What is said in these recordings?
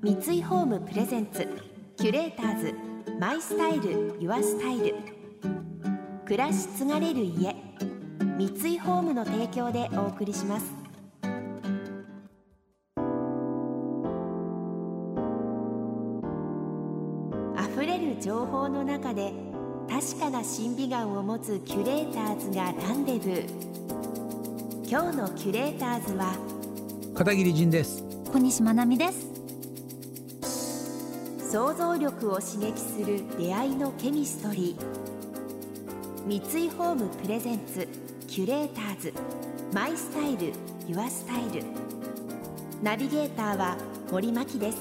三井ホームプレゼンツキュレーターズマイスタイルユアスタイル、暮らし継がれる家、三井ホームの提供でお送りします。あふれる情報の中で確かな審美眼を持つキュレーターズがランデブー。今日のキュレーターズは片桐仁です。 小西真奈美です。 想像力を刺激する出会いのケミストリー。三井ホームプレゼンツキュレーターズマイスタイルユアスタイル、ナビゲーターは森牧です。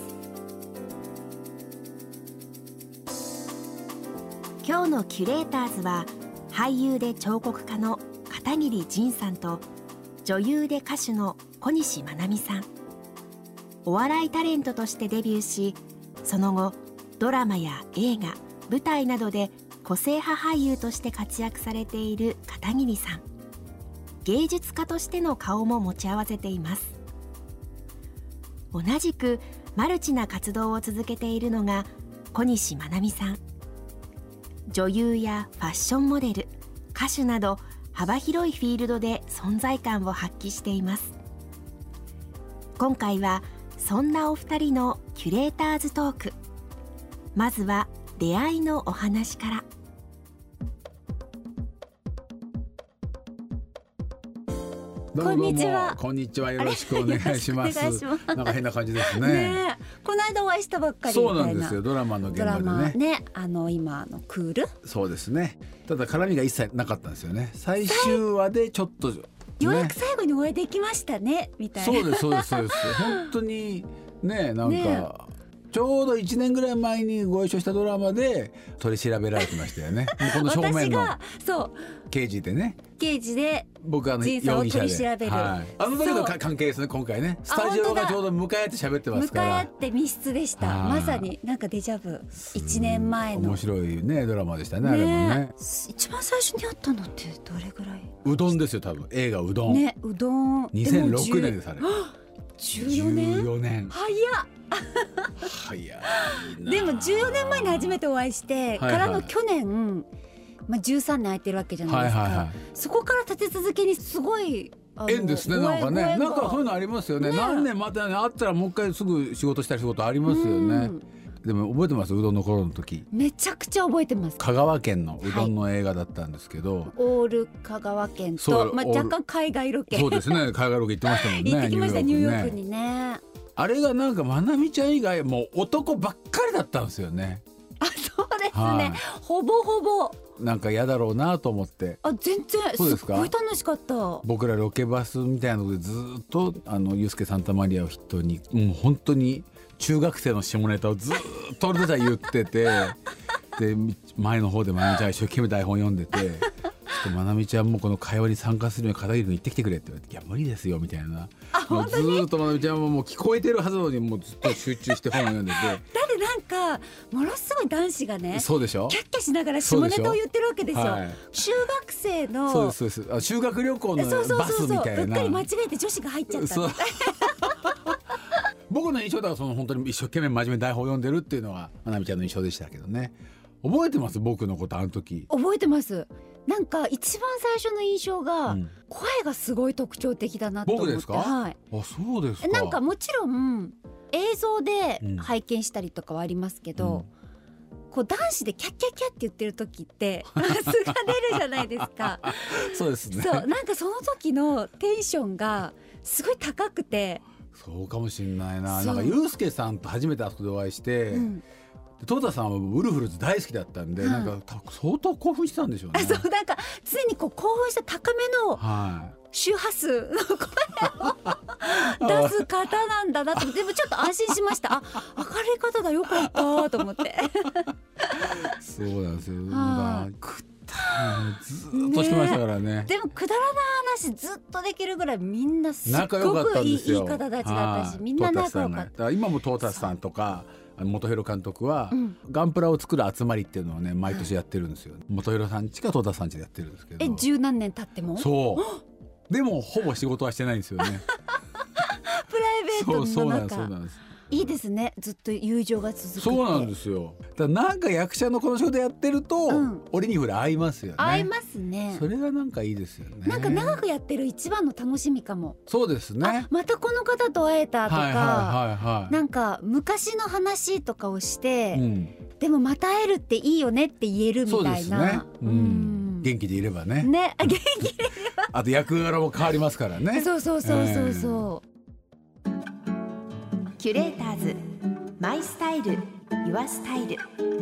今日のキュレーターズは俳優で彫刻家の片桐仁さんと女優で歌手の小西真奈美さん。お笑いタレントとしてデビューし、その後ドラマや映画、舞台などで個性派俳優として活躍されている片桐さん。芸術家としての顔も持ち合わせています。同じくマルチな活動を続けているのが小西真奈美さん。女優やファッションモデル、歌手など幅広いフィールドで存在感を発揮しています。今回はそんなお二人のキュレーターズトーク。まずは出会いのお話から。 どうもこんにちは。 こんにちは、よろしくお願いします。 よろしくお願いします。 なんか変な感じですね。 ねえ、この間お会いしたばっかりみたいな。 そうなんですよ、ドラマの現ドラ場でね。 マね、今のクール。 そうですね。ただ絡みが一切なかったんですよね。最終話でちょっと、ね、 ようやく最後にお会いできましたねみたいな。 そうですそうですそうです。本当にね、なんか、 ね、 ちょうど1年ぐらい前にご一緒したドラマで取り調べられてましたよね。この正面の私がそう刑事でね、 刑事で僕は人生を取り調べる、 はい、あの時の関係ですね。今回ね、スタジオがちょうど向かい合って喋ってますから、 向かい合って密室でした。まさになんかデジャブ。1年前の面白いねドラマでしたね、あれもね。 一番最初に会ったのってどれぐらい？ うどんですよ、多分。映画うどんね、うどん 2006年です。あれ 14年。 14年早っ。 早いな。 でも14年前に初めてお会いして、 はいはい、 からの去年、13年空いてるわけじゃないですか、 はいはいはい、 そこから立て続けにすごい縁ですね。なんかね、なんかそういうのありますよ ね。何年またね、会ったらもう一回すぐ仕事したりすることありますよね。でも覚えてます？うどんの頃の時めちゃくちゃ覚えてます。 香川県のうどんの映画だったんですけど、はい、 オール香川県と、若干海外ロケ。 そうですね、海外ロケ行ってましたもんね。 行ってきました、ニューヨークにね。 あれがなんかまなみちゃん以外もう男ばっかりだったんですよね。 あ、そうですね、 はい、 ほぼほぼなんか嫌だろうなと思って。 全然そうですか。 すごい楽しかった。 僕らロケバスみたいなのでずっとユースケ・サンタマリアを筆頭にもう本当に中学生の下ネタをずっと俺たちは言っててで前の方でまなみちゃん一生懸命台本読んでてまなみちゃんもこの会話に参加するように片桐君行ってきてくれって言われて、いや無理ですよみたいな。もうずっとまなみちゃんももう聞こえてるはずなのにもうずっと集中して本を読んでてだってなんかものすごい男子がね、 そうでしょ、 キャッキャしながら下ネタを言ってるわけですよ、はい、中学生のそうですそうです、修学旅行のバスみたいな。 うっかり間違えて女子が入っちゃったみたいな僕の印象では本当に一生懸命真面目に台本を読んでるっていうのがまなみちゃんの印象でしたけどね。覚えてます？僕のことあの時。 覚えてます。なんか一番最初の印象が、声がすごい特徴的だなと思って。 僕ですか？ はい。 あ、そうですか。 なんかもちろん映像で拝見したりとかはありますけど、こう男子でキャッキャッキャって言ってる時って素が出るじゃないですかそうですね。 そう、なんかその時のテンションがすごい高くて。 そうかもしれないな。なんかユースケさんと初めてあそこでお会いして、トータさんはウルフルズ大好きだったんで、なんか相当興奮してたんでしょうね。 そう、なんか常にこう興奮した高めの周波数の声を出す方なんだなと。でもちょっと安心しました。あ、明るい方だ、よかったと思ってそうなんですよ。ずっとしてましたからね。 でもくだらない話ずっとできるぐらいみんなすっごくいい方たちだったし、みんな仲良かった。 今もトータスさんとか本広監督は、ガンプラを作る集まりっていうのをね毎年やってるんですよ。本広さんちかトータスさんちでやってるんですけど。 十何年経っても。 そうでもほぼ仕事はしてないんですよねプライベートの中。 そうなんです。 いいですね。ずっと友情が続くって。 そうなんですよ。だからなんか役者のこの仕事やってると、折に触れ合いますよね。 合いますね。 それがなんかいいですよね。 なんか長くやってる一番の楽しみかも。 そうですね。 またこの方と会えたとか、 はいはいはいはい、 なんか昔の話とかをして、でもまた会えるっていいよねって言えるみたいな。そうですね。 元気でいればね。 ね、元気でいれば。 あと役柄も変わりますからね。 そうそうそうそうそう。 キュレーターズマイスタイルユアスタイル。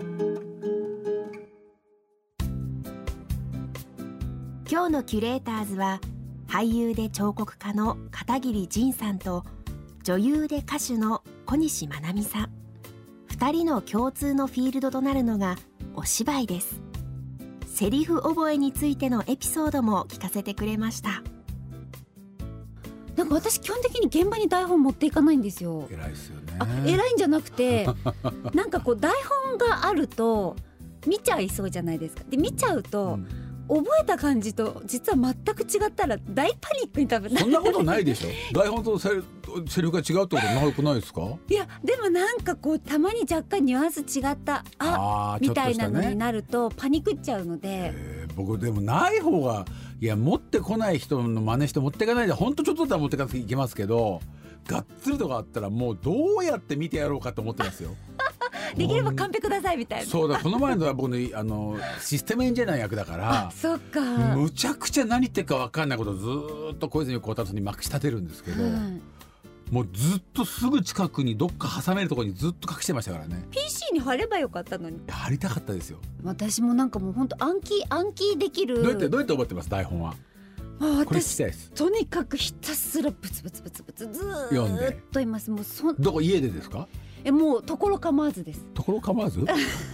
今日のキュレーターズは俳優で彫刻家の片桐仁さんと女優で歌手の小西真奈美さん、2人の共通のフィールドとなるのがお芝居です。セリフ覚えについてのエピソードも聞かせてくれました。 なんか私基本的に現場に台本持っていかないんですよ。 偉いですよね。 偉いんじゃなくてなんかこう台本があると見ちゃいそうじゃないですか。で見ちゃうと、覚えた感じと実は全く違ったら大パニックに多分そんなことないでしょ。台本とセリフが違うってことなくないですか。 いやでもなんかこうたまに若干ニュアンス違ったみたいなのになるとパニックっちゃうので、 僕でもない方が、いや持ってこない人の真似して持っていかないで、ほんとちょっとだったら持っていかなきゃいけますけど、がっつりとかあったらもうどうやって見てやろうかと思ってますよ。 できれば完璧くださいみたいな。 そうだ、この前のは僕のシステムエンジニア役だからそっか、 むちゃくちゃ何言ってるか分かんないことをずっと小泉孝太郎にまくし立てるんですけど、もうずっとすぐ近くにどっか挟めるところにずっと隠してましたからね。 PC に貼ればよかったのに。 貼りたかったですよ。 私もなんかもう本当暗記できる。 どうやって覚えてます台本は。これ聞きたいです。 とにかくひたすらブツブツブツブツずーっといます。もうどこ家でですか。 もうところ構わずです。 ところ構わず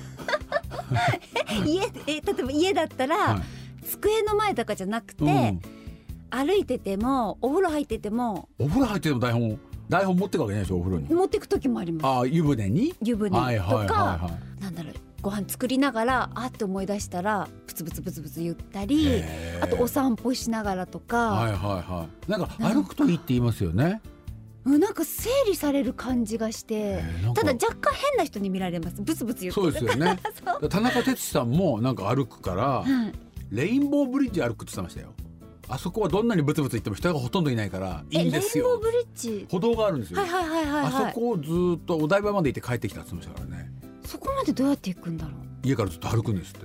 例えば家だったら、机の前とかじゃなくて、歩いててもお風呂入ってても。 お風呂入ってても台本持ってくわけないでしょ。お風呂に持ってく時もあります。 湯船とか、 なんだろう、ご飯作りながらって思い出したらブツブツブツブツ言ったり、あとお散歩しながらとか、 なんか歩くといいって言いますよね。 なんか整理される感じがして、ただ若干変な人に見られます。ブツブツ言ってる。 そうですよね。田中哲司さんもなんか歩くから、レインボーブリッジ歩くって言ってましたよ。あそこはどんなにブツブツ言っても人がほとんどいないからいいんですよ。 レインボーブリッジ、 歩道があるんですよ。あそこをずっとお台場まで行って帰ってきたって言ってましたからね。 そこまでどうやって行くんだろう。 家からずっと歩くんですって。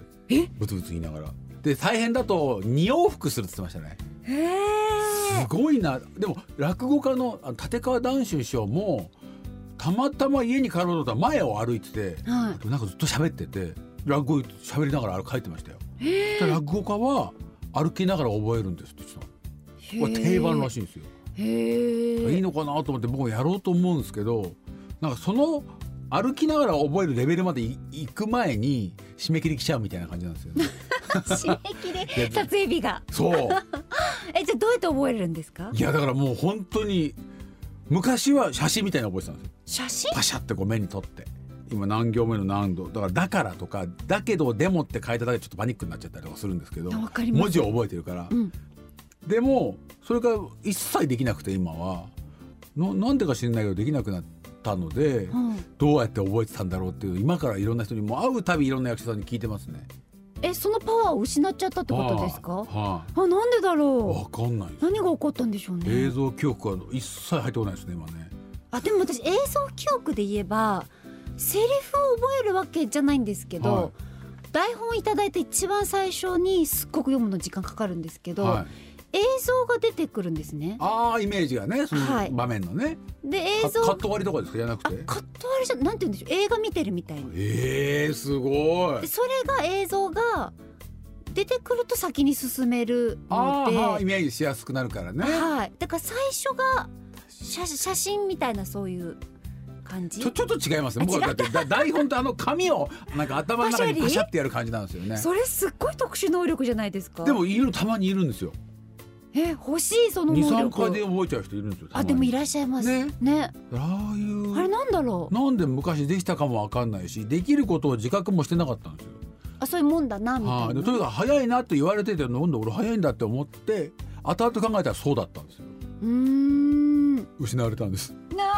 ブツブツ言いながら。で大変だと2往復するって言ってましたね。すごいな。でも落語家の立川談春師匠もたまたま家に帰ろうと思ったら前を歩いてて、なんかずっと喋ってて落語喋りながら帰ってましたよ。落語家は歩きながら覚えるんですって言ってた。これ定番らしいんですよ。いいのかなと思って僕もやろうと思うんですけど、なんかその歩きながら覚えるレベルまで行く前に締め切り来ちゃうみたいな感じなんですよね。 締め切り撮影日が。 そうじゃあどうやって覚えれるんですか。 いやだからもう本当に昔は写真みたいに覚えてたんですよ。 写真パシャってこう目に撮って、今何行目の何度だからとかだけどでもって書いただけでちょっとパニックになっちゃったりとかするんですけど、文字を覚えてるから、でもそれが一切できなくて今はなんでか知らないけどできなくなったので、どうやって覚えてたんだろうっていう今からいろんな人にも会うたびいろんな役者さんに聞いてますね。 そのパワーを失っちゃったってことですか。なんでだろう。 わかんない。 何が起こったんでしょうね。 映像記憶は一切入ってこないですね今ね。 でも私映像記憶で言えばセリフを覚えるわけじゃないんですけど、台本いただいて一番最初にすっごく読むの時間かかるんですけど、映像が出てくるんですね。 イメージがね、その場面のね。 で映像カット割りとかですかじゃなくて。 カット割りじゃなんて言うんでしょう。映画見てるみたいな。 すごい。 それが映像が出てくると先に進めるので、 イメージしやすくなるからね。 だから最初が写真みたいなそういう感じ。 ちょっと違いますね。僕はだって台本と紙をなんか頭の中にパシャってやる感じなんですよね。 それすっごい特殊能力じゃないですか。 でもたまにいるんですよ。 欲しいその能力。 2、3回で覚えちゃう人いるんですよ。 でもいらっしゃいますね。あれなんだろう。 なんで昔できたかもわかんないし、できることを自覚もしてなかったんですよ。 そういうもんだなみたいな。 とにかく早いなって言われてて、なんで俺早いんだって思って後々考えたらそうだったんですよ。失われたんです。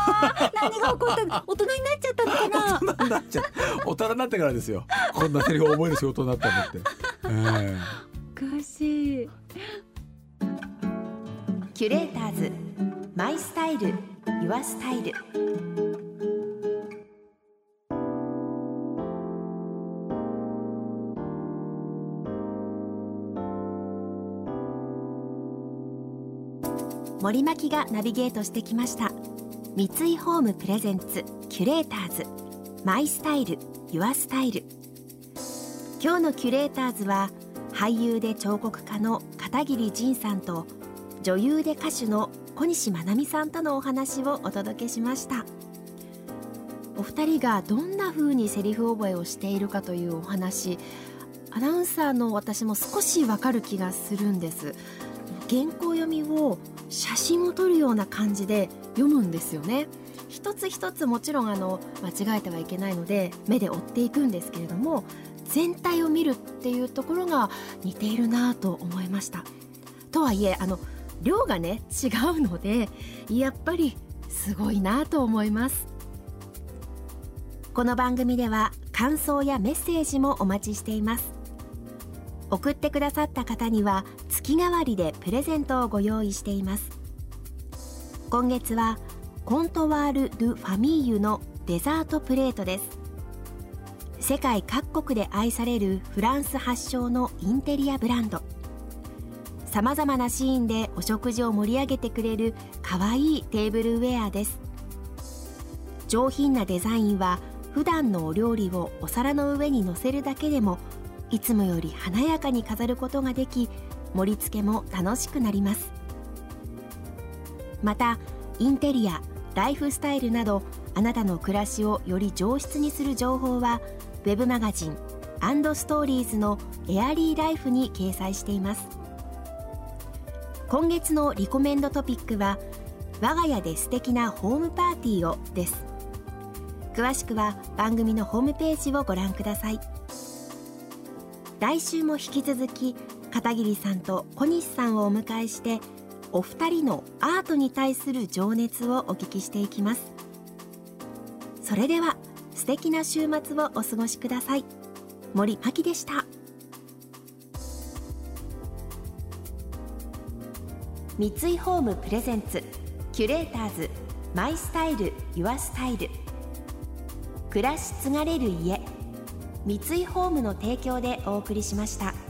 何が起こったの？大人になっちゃったのかな。 大人になってからですよ、こんなセリフを覚える仕事になったのって、 おかしい。 キュレーターズマイスタイルユアスタイル。森牧がナビゲートしてきました。三井ホームプレゼンツキュレーターズマイスタイルユアスタイル。今日のキュレーターズは俳優で彫刻家の片桐仁さんと女優で歌手の小西真奈美さんとのお話をお届けしました。お二人がどんな風にセリフ覚えをしているかというお話、アナウンサーの私も少しわかる気がするんです。原稿読みを写真を撮るような感じで読むんですよね。一つ一つもちろん間違えてはいけないので目で追っていくんですけれども、全体を見るっていうところが似ているなと思いました。とはいえ量がね違うのでやっぱりすごいなと思います。この番組では感想やメッセージもお待ちしています。送ってくださった方には月替わりでプレゼントをご用意しています。今月はコントワール・ドゥ・ファミーユのデザートプレートです。世界各国で愛されるフランス発祥のインテリアブランド。さまざまなシーンでお食事を盛り上げてくれるかわいいテーブルウェアです。上品なデザインは普段のお料理をお皿の上に乗せるだけでもいつもより華やかに飾ることができ、盛り付けも楽しくなります。またインテリア、ライフスタイルなどあなたの暮らしをより上質にする情報はウェブマガジン&ストーリーズのエアリーライフに掲載しています。今月のリコメンドトピックは我が家で素敵なホームパーティーをです。詳しくは番組のホームページをご覧ください。来週も引き続き片桐さんと小西さんをお迎えしてお二人のアートに対する情熱をお聞きしていきます。それでは素敵な週末をお過ごしください。森真希でした。三井ホームプレゼンツキュレーターズマイスタイルユアスタイル。暮らし継がれる家、三井ホームの提供でお送りしました。